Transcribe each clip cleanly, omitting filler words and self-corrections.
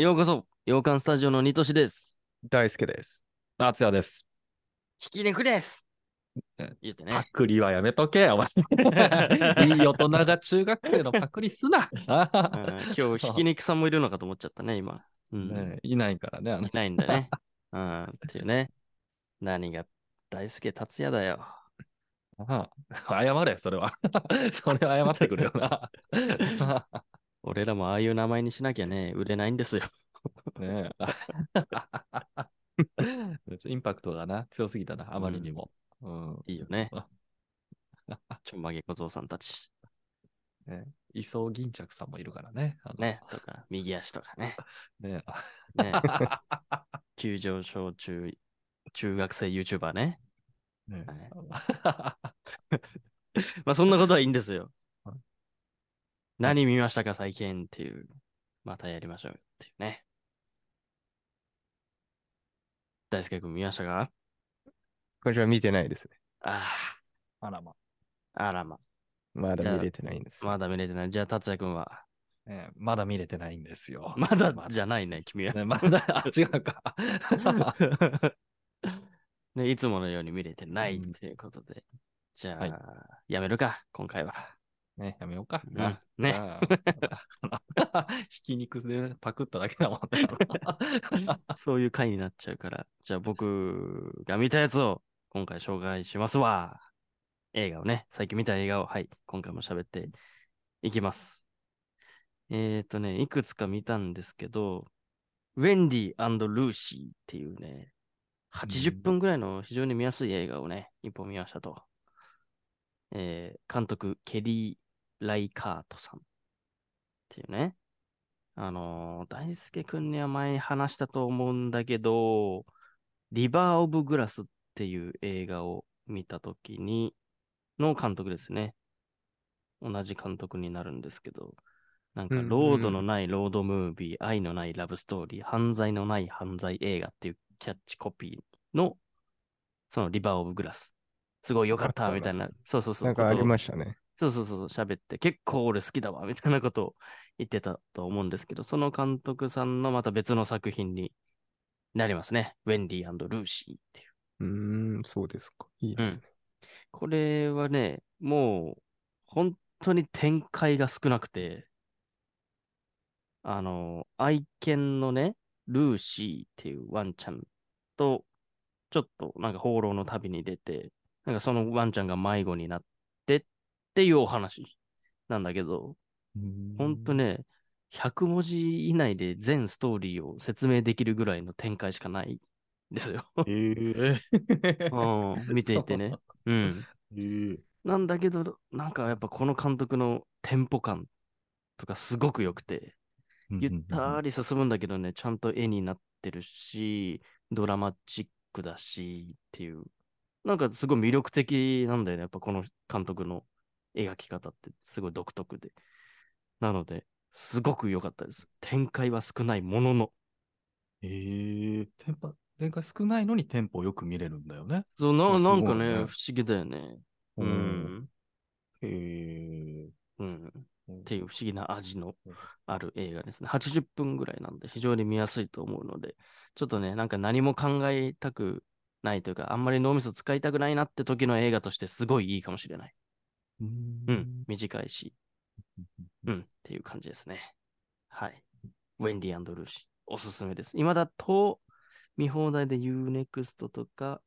ようこそ、洋館スタジオのニトシです。 大輔です。 夏也です。 ひき肉です言ってパね。 クリはやめとけ、お前。いい大人が中学生のパクリすな。 今日、ひき肉さんもいるのかと思っちゃったね、今。うん。 ねえ、いないからね、 いないんだね。っていうね。何が大輔達也だよ。 謝れ、それは。それは謝ってくれよな。 俺らもああいう名前にしなきゃね、売れないんですよ。 ねえ。インパクトがな、強すぎたな、あまりにも。うん。 いいよね。ちょんまげ小僧さんたち。 ね、磯銀着さんもいるからね。 ね。とか、右足とかね。 ねね。急上昇中学生 YouTuber ね。 ねはい、まあそんなことはいいんですよ。何見ましたか最近っていう。またやりましょうっていうね。大輔君見ましたか？ 今週は見てないですね。 ああらま。 あ、あらま。 まだじゃあ、 見れてないんですよ。 まだ見れてない。じゃあ、達也君は。 まだ見れてないんですよ。 まだじゃないね、君は。 ね、まだ、違うか。 ね、いつものように見れてないうん、 ということで。じゃはい。 あ、やめるか、今回は。 ね、やめようか。 うん、 じね。 ゃあ、ひき肉でパクっただけだもんね。 そういう回になっちゃうから。じゃあ、僕が見たやつを今回紹介しますわ。映画をね、最近見た映画を、はい、今回も喋っていきます。いくつか見たんですけど、ウェンディルーシーっていうね、80 うん、 分ぐらいの非常に見やすい映画をね、一本見ましたと。監督、ケリー・ライカートさんっていうね。大輔くんには前に話したと思うんだけど、リバー・オブ・グラスっていう映画を見たときの監督ですね。同じ監督になるんですけど、なんうんか、ロードのうん。 ないロードムービー、愛のないラブストーリー、犯罪のない犯罪映画っていうキャッチコピーの、そのリバーオブグラス。すごい良かったあったな。 みたいな、そうそうそう、 なんかありことを、 ましたね。 そうそうそう、喋って、結構俺好きだわ、みたいなことを言ってたと思うんですけど、その監督さんのまた別の作品になりますね。ウェンディルーシーっていう。 そうですか。いいうん。 ですね。 これはね、もう、本当に展開が少なくて、愛犬のね、ルーシーっていうワンちゃんと、ちょっとなんか放浪の旅に出て、なんかそのワンちゃんが迷子になってっていうお話なんだけど、 うほんとん。 ね、100文字以内で全ストーリーを説明できるぐらいの展開しかないんですよ。 ええ。 うん、見ていてね。うん。 ええ。 なんだけど、なんかやっぱこの監督のテンポ感とかすごく良くて、 うんうゆっんうんうん。 たり進むんだけどね、ちゃんと絵になってるし、ドラマチックだしっていう、なんかすごい魅力的なんだよね。やっぱこの監督の描き方ってすごい独特で。なので、すごく良かったです。展開は少ないものの。 展開少ないのにテンポよく見れるんだよね。 そう、 すなんかね、 ごいね。 不思議だよね。ううん。 ん。 へえ。 うん。っうん。 ていう不思議な味のある映画ですね。80分ぐらいなんで非常に見やすいと思うので、ちょっとね、なんか何も考えたくないというか、あんまり脳みそ使いたくないなって時の映画としてすごいいいかもしれない。 ううん。 ん。 短いし、うん。っていう感じですね。はい。ウェンディルーシー。おすすめです。今だと、見放題で Unext とか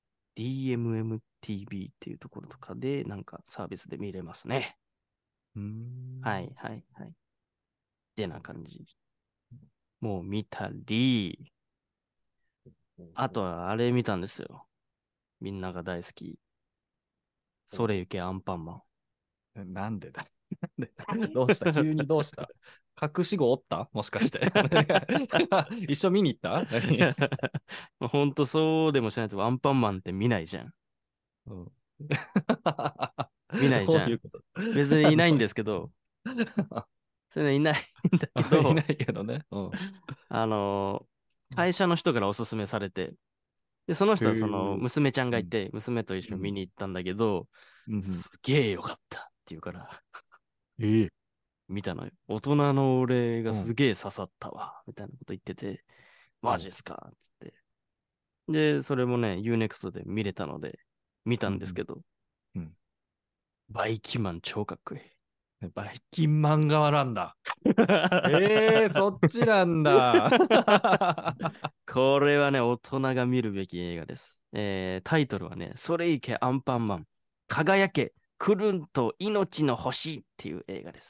DMMTV っていうところとかで、なんかサービスで見れますね。 うはい、 ん。 はい、はい。ってな感じ。もう見たり、あとはあれ見たんですよ。みんなが大好き。それゆけアンパンマン。 なんでだ。なんでどうした急にどうした隠し子おったもしかして。一緒見に行った何？ ほんとそうでもしないとアンパンマンって見ないじゃん。 うん。 見ないじゃん。 どういうこと？ 別にいないんどういうですけど、それいないんだけいなど、 いけどね。うん。 あの会社の人からおすすめされて、で、そのへ人はそのえ。 娘ちゃんがうん。 いて、娘と一緒に見うん。 に行ったんだけど、 うん。 すげえよかったって言うから、 ええ。 見たのよ。大人の俺がすげえ刺さったわ、みたいなこと言ってて、マジっすかつって。で、それもね、UNEXT で見れたので、見たんですけど、 うんバイキンマン超かっこいい。 バイキンマン側なんだ。そっちなんだ。 これはね、大人が見るべき映画です。タイトルはね、それいけアンパンマン、輝け、クルンと命の星っていう映画です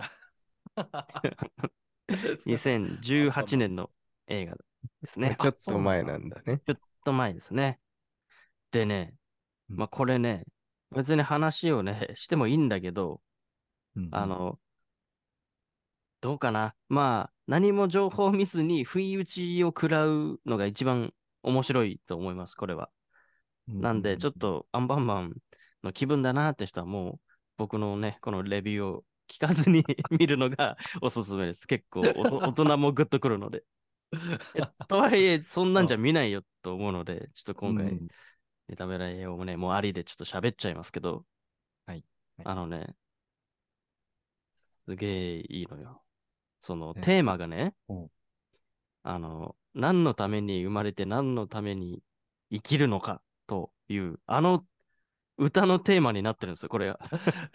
。2018年の映画ですね。 ちょっと前なんだね。 ちょっと前ですね。でね、 うんまあこれね、別に話をね、してもいいんだけど、 うんあの、どうかな。まあ、何も情報を見ずに不意打ちを食らうのが一番面白いと思います、これは。なんで、ちょっとアンパンマンの気分だなって人はもう、僕のね、このレビューを聞かずに見るのがおすすめです。結構大人もグッとくるので。とはいえ、そんなんじゃ見ないよと思うので、ちょっと今回、ネタバレをね、もうありでちょっと喋っちゃいますけど、 はいはいあのね、すげえいいのよ。そのねテーマがね、 うん何のために生まれて何のために生きるのかという、歌のテーマになってるんですよ、これが。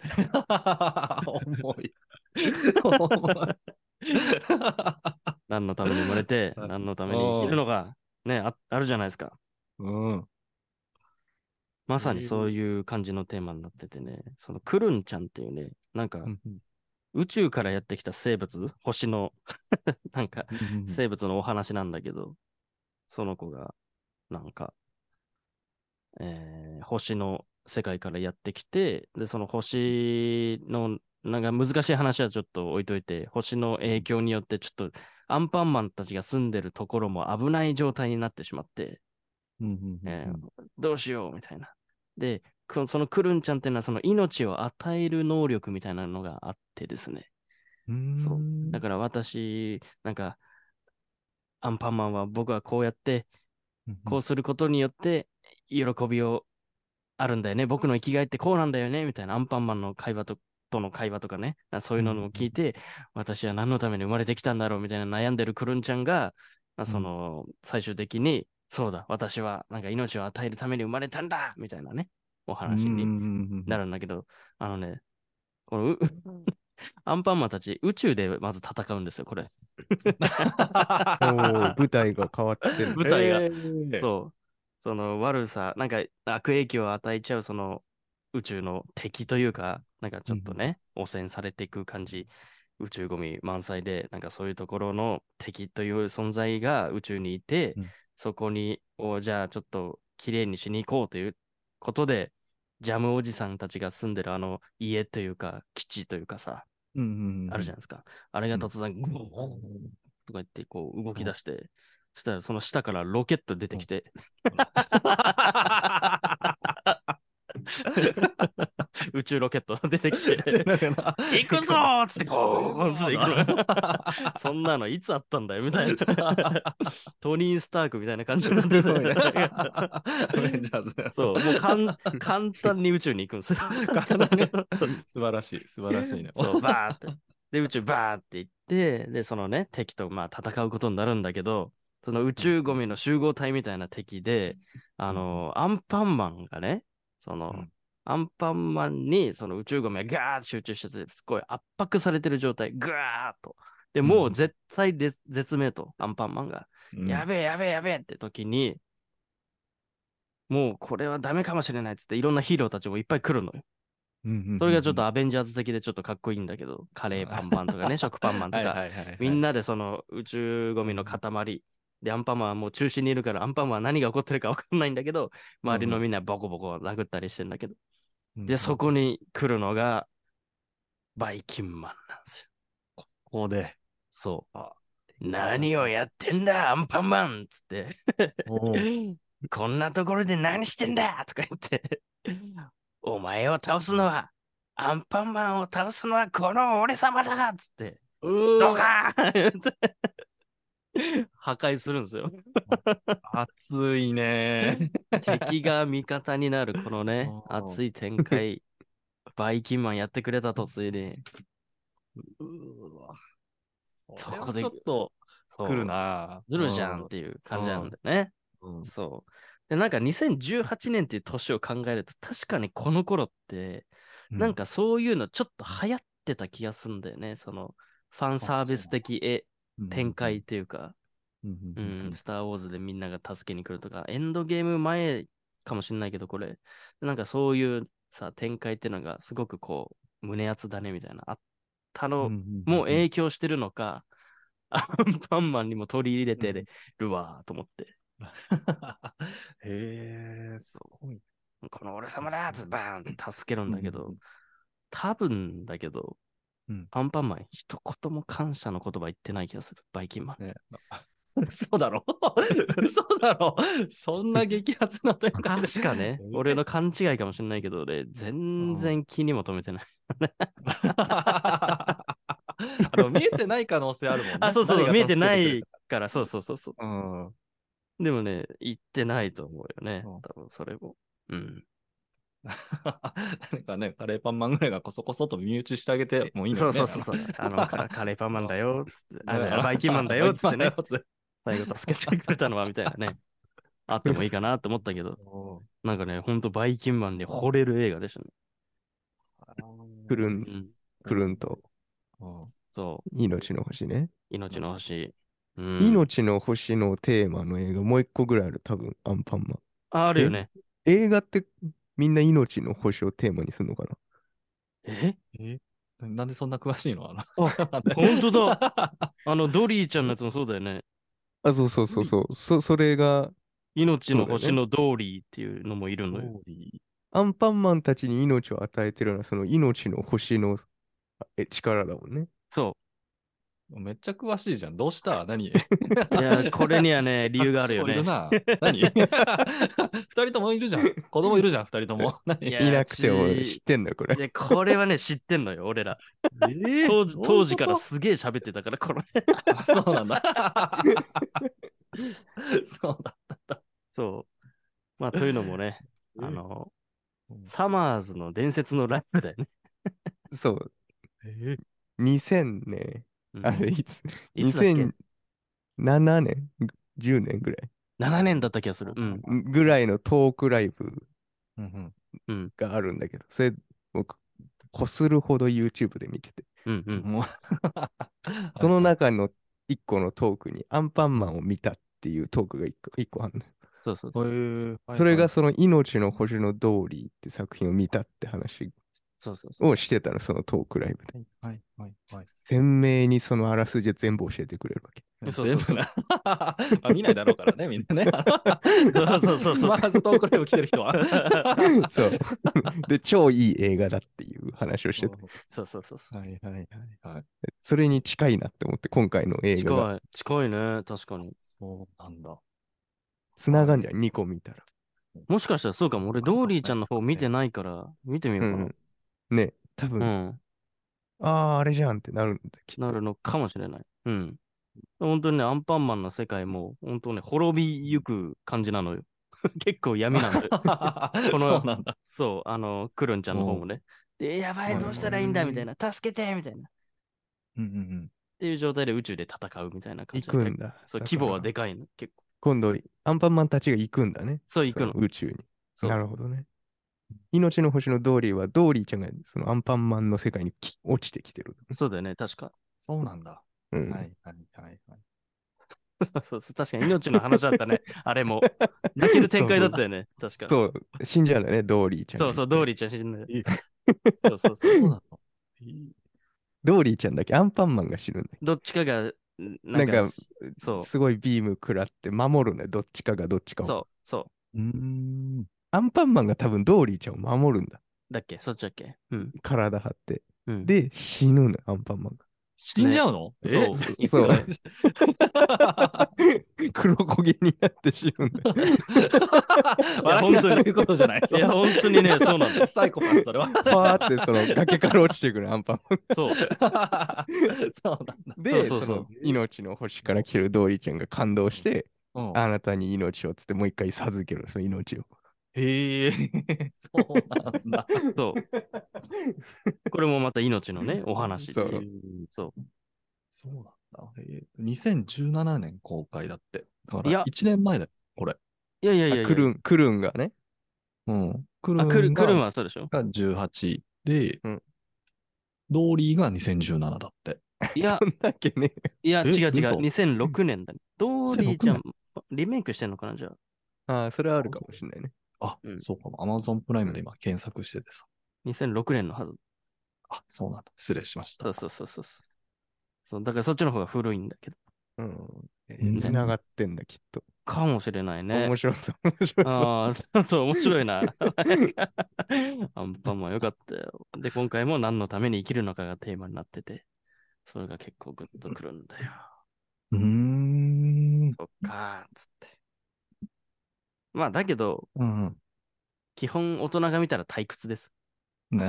重い。重い。 何のために生まれて、何のために生きるのか、ね、あるじゃないですか。 うん。 まさにそういう感じのテーマになっててね、そのクルンちゃんっていうね、なんか宇宙からやってきた生物、星のなんか生物のお話なんだけど、その子がなんか、星の世界からやってきて、で、その星の、なんか難しい話はちょっと置いといて、星の影響によってちょっとアンパンマンたちが住んでるところも危ない状態になってしまって、どうしようみたいな。で、そのクルンちゃんっていうのはその命を与える能力みたいなのがあってですね。そう。だから私、なんか、アンパンマンは僕はこうやって、こうすることによって喜びをあるんだよね。僕の生きがいってこうなんだよね。みたいなアンパンマンの会話との会話とかね。そういうのを聞いて、私は何のために生まれてきたんだろうみたいな悩んでるクルンちゃんが、最終的に、そうだ、私はなんか命を与えるために生まれたんだみたいなね、お話になるんだけど、あのね、このアンパンマンたち宇宙でまず戦うんですよ、これ。 舞台が変わってる。 舞台が。そう。その悪さ、なんか悪影響を与えちゃうその宇宙の敵というか、なんかちょっとね、汚染されていく感じ、宇宙ゴミ満載で、なんかそういうところの敵という存在が宇宙にいて、そこに、じゃあちょっと綺麗にしに行こうということで、ジャムおじさんたちが住んでるあの家というか、基地というかさ、あるじゃないですか。あれが突然、ゴーとか言ってこう動き出して、そしたらその下からロケット出てきて、宇宙ロケット出てきて、行くぞーっつって、ゴーンって行くの。そんなのいつあったんだよみたいな。トニー・スタークみたいな感じになってて。そう、もう簡単に宇宙に行くんですよ。 素晴らしい、素晴らしいね。 そう、バーって。で、宇宙バーって行って、で、そのね、敵とまあ戦うことになるんだけど、その宇宙ゴミの集合体みたいな敵で、アンパンマンがね、アンパンマンにその宇宙ゴミがガーッと集中してて、すごい圧迫されてる状態、ガーッと。で、もう絶対絶命と、アンパンマンが。やべえやべえやべえって時に、もうこれはダメかもしれないっつって、いろんなヒーローたちもいっぱい来るのよ。それがちょっとアベンジャーズ的でちょっとかっこいいんだけど、カレーパンマンとかね、食パンマンとか、みんなでその宇宙ゴミの塊、で、アンパンマンはもう中心にいるから、アンパンマンは何が起こってるか分かんないんだけど、周りのみんなボコボコ殴ったりしてんだけど、で、そこに来るのが、バイキンマンなんですよ。 ここで。 そう。何をやってんだ、アンパンマンっつってこんなところで何してんだとか言ってお前を倒すのは、アンパンマンを倒すのはこの俺様だっつって、ドカーンって破壊するんですよ。 熱いね。 敵が味方になるこのね、熱い展開、バイキンマンやってくれたとついで、 うわ。 そこでちょっとそう来るな。 ずるじゃんっていう感じなんだよね。 うん。 そう。で、なんか2018年っていう年を考えると、確かにこの頃って、なんかそういうのちょっと流行ってた気がするんだよね。その、ファンサービス的展開っていうか、スター・ウォーズでみんなが助けに来るとか、エンドゲーム前かもしれないけど、これ、なんかそういうさ、展開っていうのがすごくこう、胸熱だねみたいな、あったのも影響してるのか、アンパンマンにも取り入れてるわと思って。 へえ、すごい。 この俺様だーってバーンって助けるんだけど、多分だけど、アンパンマン一言も感謝の言葉言ってない気がする、バイキンマン。 ね、嘘だろ嘘だろそんな激アツな展開で確かね、俺の勘違いかもしれないけど、俺、全然気にも留めてない。 でも見えてない可能性あるもんね。 あ、そうそう、見えてないかから、そうそうそうそう。 ら。うん。 でもね、言ってないと思うよね、 うん多分それも。うん。 誰かね、カレーパンマンぐらいがこそこそと身内してあげてもいいのにね。 そうそうそうそう。カレーパンマンだよ、つって。 ねじゃあバイキンマンだよ、つってね。 バイキンマンだよ最後助けてくれたのは、みたいなね。あってもいいかなと思ったけど、なんかね、ほんとバイキンマンに惚れる映画でしたね。 くるん、 うん。 くるんと、 そう。 命の星ね。 命の星。 命の星のテーマの映画もう一個ぐらいある、多分、アンパンマン。 あるよね。 映画ってみんな命の星をテーマにするのかな。 なんでそんな詳しいのほんとだ。ドリーちゃんのやつもそうだよね。 あ、そうそうそうそう。それが、 命の星そうだよね。 のドーリーっていうのもいるのよ。 アンパンマンたちに命を与えてるのは、その命の星の力だもんね。 そめっちゃ詳しいじゃん。どうした何う。いや、これにはね、理由があるよね。 いるな。何二人ともいるじゃん。子供いるじゃん、二人とも。何いやいなくても知ってんだよ、これ。 いや、これはね、知ってんのよ、俺ら。当時からすげえ喋ってたから、これ。 そうなんだ。そうだ。 そう。まあ、というのもね、サマーズの伝説のライブだよね。 そう。2000ね、 うんあれいつ、 いつだっけ 2007年 ?10 年ぐらい ?7 年だった気がする。うん。 ぐらいのトークライブうん。 があるんだけど、それ、僕、こするほど YouTube で見てて、 うん。うん。 もうその中の一個のトークにアンパンマンを見たっていうトークが一個あるのよ。 そうそうそう。 それがその命の星のドーリーって作品を見たって話そうそうそう。 をしてたの、そのトークライブで。 はい。 鮮明にそのあらすじを全部教えてくれるわけ。 そうそうそう全部なまあ見ないだろうからね、みんなね。 そうまずトークライブ来てる人は。 そう。で、超いい映画だっていう話をしてて、 そうそうそう。 はい。 それに近いなって思って、今回の映画が近いね、確かに。 そうなんだ。 つながんじゃん、2個見たら。 もしかしたらそうかも。俺、ドーリーちゃんの方見てないから、見てみようかな。 ね、多分、あれじゃんってなるんだ、きっと。 なるのかもしれない。うん。本当にね、アンパンマンの世界も、本当ね、滅びゆく感じなのよ。結構闇なのよ。 そうなんだ。 そう、クルンちゃんの方もね。で、やばい、どうしたらいいんだみたいな。助けてみたいな。っていう状態で宇宙で戦うみたいな感じで。 行くんだ。 そう、規模はでかいの、結構。 今度、アンパンマンたちが行くんだね。 そう、行くの。 宇宙に。 そうなるほどね。命の星のドーリーは、ドーリーちゃんがそのアンパンマンの世界に落ちてきてる。 そうだよね、確か。 そうなんだ。 はい。 そうそう、確かに命の話だったね。あれも。泣ける展開だったよね、確か。 そう、死んじゃうんだね、ドーリーちゃん。 そうそう、ドーリーちゃん死んだ。そうそうそう。 ドーリーちゃんだけアンパンマンが死ぬんだよ。 どっちかが、 なんか、 そう。 すごいビーム食らって守るね、どっちかがどっちかを。 そう。 アンパンマンが多分ドーリーちゃんを守るんだ。 だっけそっちだっけうん。 体張って。 うんで、死ぬのよ、アンパンマンが。 死んじゃうのそう。黒焦げになって死ぬんだよ。 いや、本当に。 そういうことじゃない。 いや、本当にね、そうなんだよ。 サイコパス、それは。 ファーってその崖から落ちてくるアンパンマン。 そう。 そうなんだ。 で、 そうその命の星から来てるドーリーちゃんが感動して、 うんあなたに命をつってもう一回授ける、その命を。 へえ、そうなんだ。 そう。これもまた命のね、お話ってそういう。そそうなんだ。へえ、2017年公開だって。だかう。いらや、 1年前だよ、これ。 いやいやいあ、 やいや。 クルンがね。 うん。クルあ、 ーンクルンはそうでしょ？ が18で、 うん。 ドーリーが2017だって。 いや、 そんだけね。 いや、違う違う。 嘘？ 2006年だね。ドーリー 2006 じゃん、 年。 リメイクしてんのかな、じゃあ。 ああ、それはあるかもしれないね。 あ、 うん。 そうかも。アマゾンプライムで今検索しててさ。 2006年のはず。 あ、そうなんだ。失礼しました。 そうそうそうそう。そう、だからそっちの方が古いんだけど。 うん。 ね、 繋がってんだ、きっと。 かもしれないね。 面白そう、面白そう。 ああ、そう、面白いな。なんかアンパンマンよかったよ。で、今回も何のために生きるのかがテーマになってて、それが結構グッとくるんだよ。 うーん。 そっかー、つって。まあ、だけど、 うんうん。 基本大人が見たら退屈です。 ね。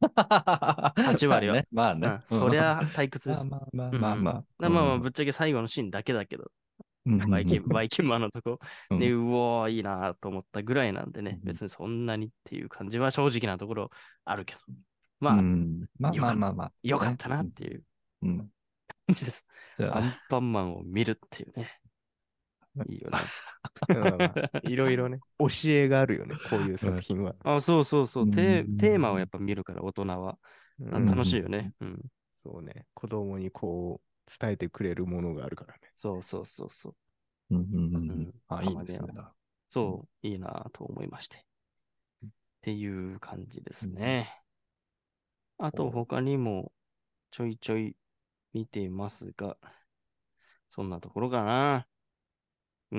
8割は。 まあね。まあね。 うん、 うん。 そりゃ退屈でまあす。 まあまあうんうん。 まあまあ。 まあまあ、ぶっちゃけ最後のシーンだけだけど、 うんうんバイキンマンのとこで、 うんうおー、いいなと思ったぐらいなんでね、 うん別にそんなにっていう感じは正直なところあるけど、 うまあ、 ん。まあよかっまあまあまあ。ね。 よかったなっていううん。 感じです。 じゃあ、 アンパンマンを見るっていうね、いいよね。 まあまあ、いろいろね、教えがあるよね、こういううん。 作品は。 あ、そうそうそう、 うテーマをやん。 っぱ見るから、大人は。 うん。 うん。 楽しいよね。うん。 そうね、子供にこう、伝えてくれるものがあるからね。 そうそうそうそう。 うんうんうんうん。 うん。 あ、いいですね。だ。うん。 そう、いいなと思いまして。っていう感じですうん。 ね。あとお他にもちょいちょい見てますが、そんなところかな。うん。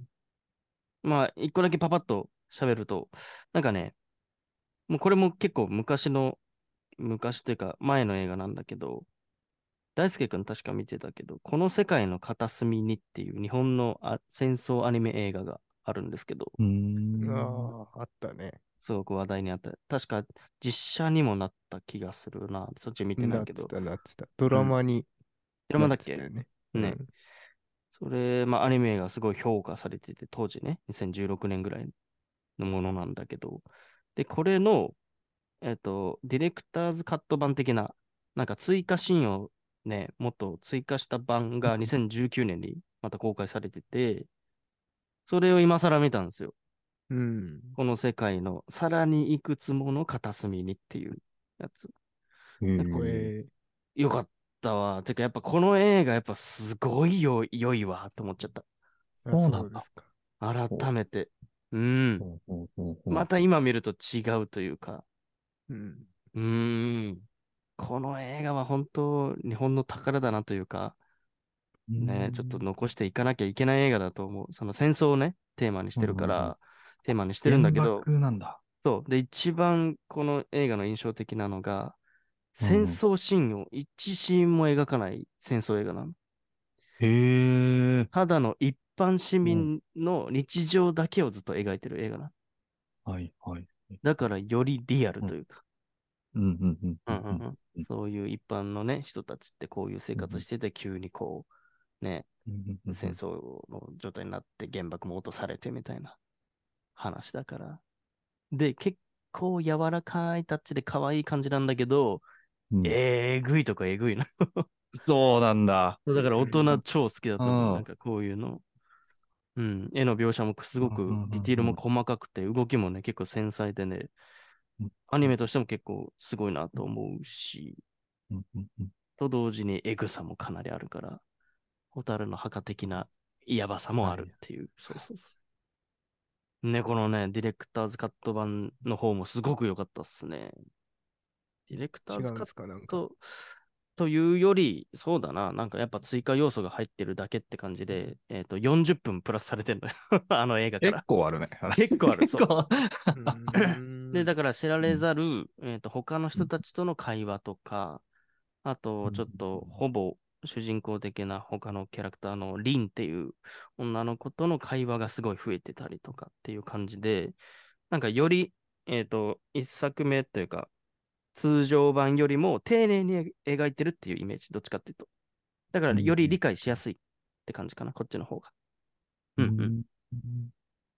まあ、一個だけパパッと喋ると、なんかね、もうこれも結構昔っていうか前の映画なんだけど、大輔くん確か見てたけど、この世界の片隅にっていう日本の戦争アニメ映画があるんですけど、 うーん。 ああ、あったね。 すごく話題にあった。確か実写にもなった気がするな。そっち見てないけど。 なってた、なってた。ドうん。 ラマにドラなっマだっけ？ てたよね。うね。 ん。 それ、まあアニメがすごい評価されてて、当時ね、2016年ぐらいのものなんだけど、で、これの、ディレクターズカット版的な、なんか追加シーンをね、もっと追加した版が2019年にまた公開されてて、それを今更見たんですよ。 うん。 この世界のさらにいくつもの片隅にっていうやつ。 へでこえ。 えよかったわ。てかやっぱこの映画やっぱすごい良いわと思っちゃった。 あ、 そうなんだ。 そうですか。 ほ改めて。うん。 うほうほうほう。 また今見ると違うというか、 うん。 この映画は本当日本の宝だなというか、 うーね、ちょっとん。 残していかなきゃいけない映画だと思う。その戦争をね、テーマにしうんうんうん。 テーマにしてるんだ原けど、 爆なんだ。 そう。で、一番この映画の印象的なのが、戦うんうん。 争シーンを一シーンも描かない戦争映画なの。 へえ。 ただの一般市うん。 民の日常だけをずっと描いてる映画なの。 はいはい。 だからよりリアルうんというか、 うんうんうんうんうんうん。 うんそういう一般のね、人たちってこういう生うん活してて急にこう、ね、 うんうんうん戦争の状態になって原爆も落とされてみたいな話だから。で、結構柔らかいタッチで可愛い感じなんだけど、 うん。 えぐいとかえぐいな。 そうなんだ。 だから大人超好きだと思う。なんうん。 かこういうの。うん。絵の描写もすごくディティールも細かくて、動きもね、結構繊細でね、アニメとしても結構すごいなと思うし、と同時にエグさもかなりあるから、ホタルの墓的なやばさもあるっていう。そうそうそう。ね、このね、ディレクターズカット版の方もすごく良かったっすね。ディレクターズカッ違うんすか、なんか。 トというより、そうだな、なんかやっぱ追加要素が入ってるだけって感じで、40分プラスされてるのよ。あの映画か結ら。 構あるね。 結構ある、そう。 結構。 うーで、 ん。 だから知られざる、他の人たちとの会話とか、あと、ちょっと、ほぼ主人公的な他のキャラクターのリンっていう女の子との会話がすごい増えてたりとかっていう感じで、なんかより、一作目というか、通常版よりも丁寧に描いてるっていうイメージ、どっちかっていうと。だからより理解しやすいって感じかな、こっちの方が。うんうん。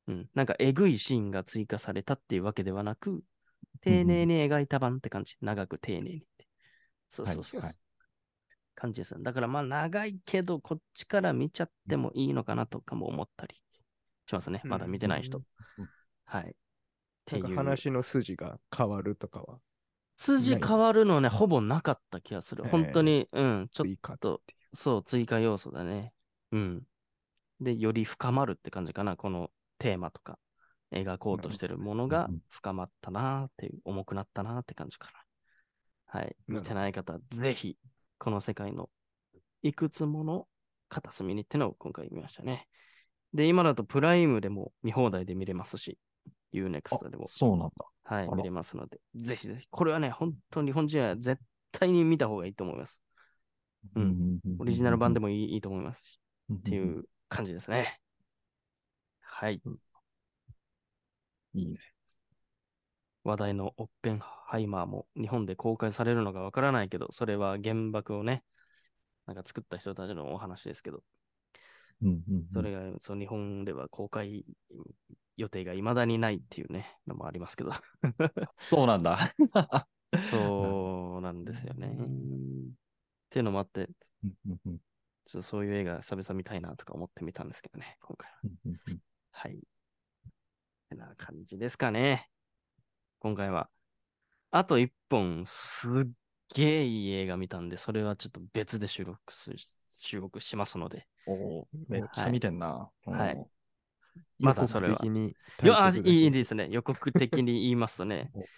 なんかえぐいシーンが追加されたっていうわけではなく、丁寧に描いた版って感じ。長く丁寧にって。そうそうそう。 はいはい感じです。だからまあ長いけど、こっちから見ちゃってもいいのかなとかも思ったりしますね。まだ見てない人。 うんはい。ってなんかいう。 話の筋が変わるとかは。 筋変わるのね、ほぼなかった気がする。 へー本当に、ちょっ追加ってと、そう、追加要素だね。で、より深まるって感じかな。このテーマとか、描こうとしてるものが深まったなーっていう、重くなったなーって感じかな。はい。見てない方、ぜひ、この世界のいくつもの片隅にってのを今回見ましたね。で、今だとプライムでも見放題で見れますし、UNEXT でも、 そうなんだ。 はい、 あら見れますので、ぜひぜひ、これはね、本当に日本人は絶対に見た方がいいと思います。オリジナル版でもいいと思いますし、っていう感じですね。はい。 いいね。 話題のオッペンハイマーも日本で公開されるのかわからないけど、それは原爆をね、なんか作った人たちのお話ですけど、それが、そう日本では公開予定が未だにないっていうね、のもありますけど。 そうなんだ。 そうなんですよね。っていうのもあって、ちょっとそういう映画久々見たいなとか思ってみたんですけどね、今回は。はい。ってな感じですかね。今回は。あと一本、すっげえいい映画見たんで、それはちょっと別で収録しますので。 おめっちゃ見てんな。 はいおまだそれは予告的にタイトルだけいいですね。予告的に言いますとねお、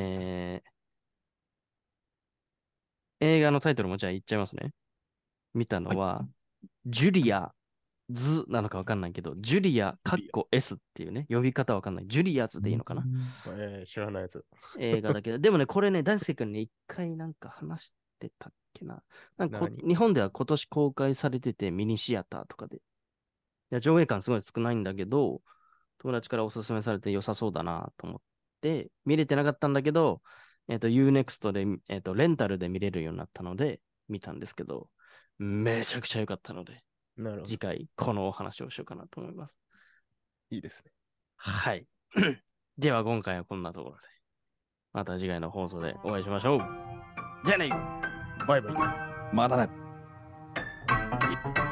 映画のタイトルもじゃあ言っちゃいますね。見たのは、ジュリアズなのかわかんないけど、ジュリアかっこ S っていうね、呼び方わかんない。ジュリアズでいいのかな、 知らないやつ。 映画だけど。でもね、これね、大輔君に一回なんか話してたっけな。なんか何日本では今年公開されてて、ミニシアターとかで。いや、上映感すごい少ないんだけど、友達からおすすめされて良さそうだなと思って、見れてなかったんだけど、UNEXT で、レンタルで見れるようになったので、見たんですけど、めちゃくちゃ良かったので、 なるほど。 次回このお話をしようかなと思います。 いいですね。 はい。では今回はこんなところで、また次回の放送でお会いしましょう。じゃあね。 バイバイ。 まだね。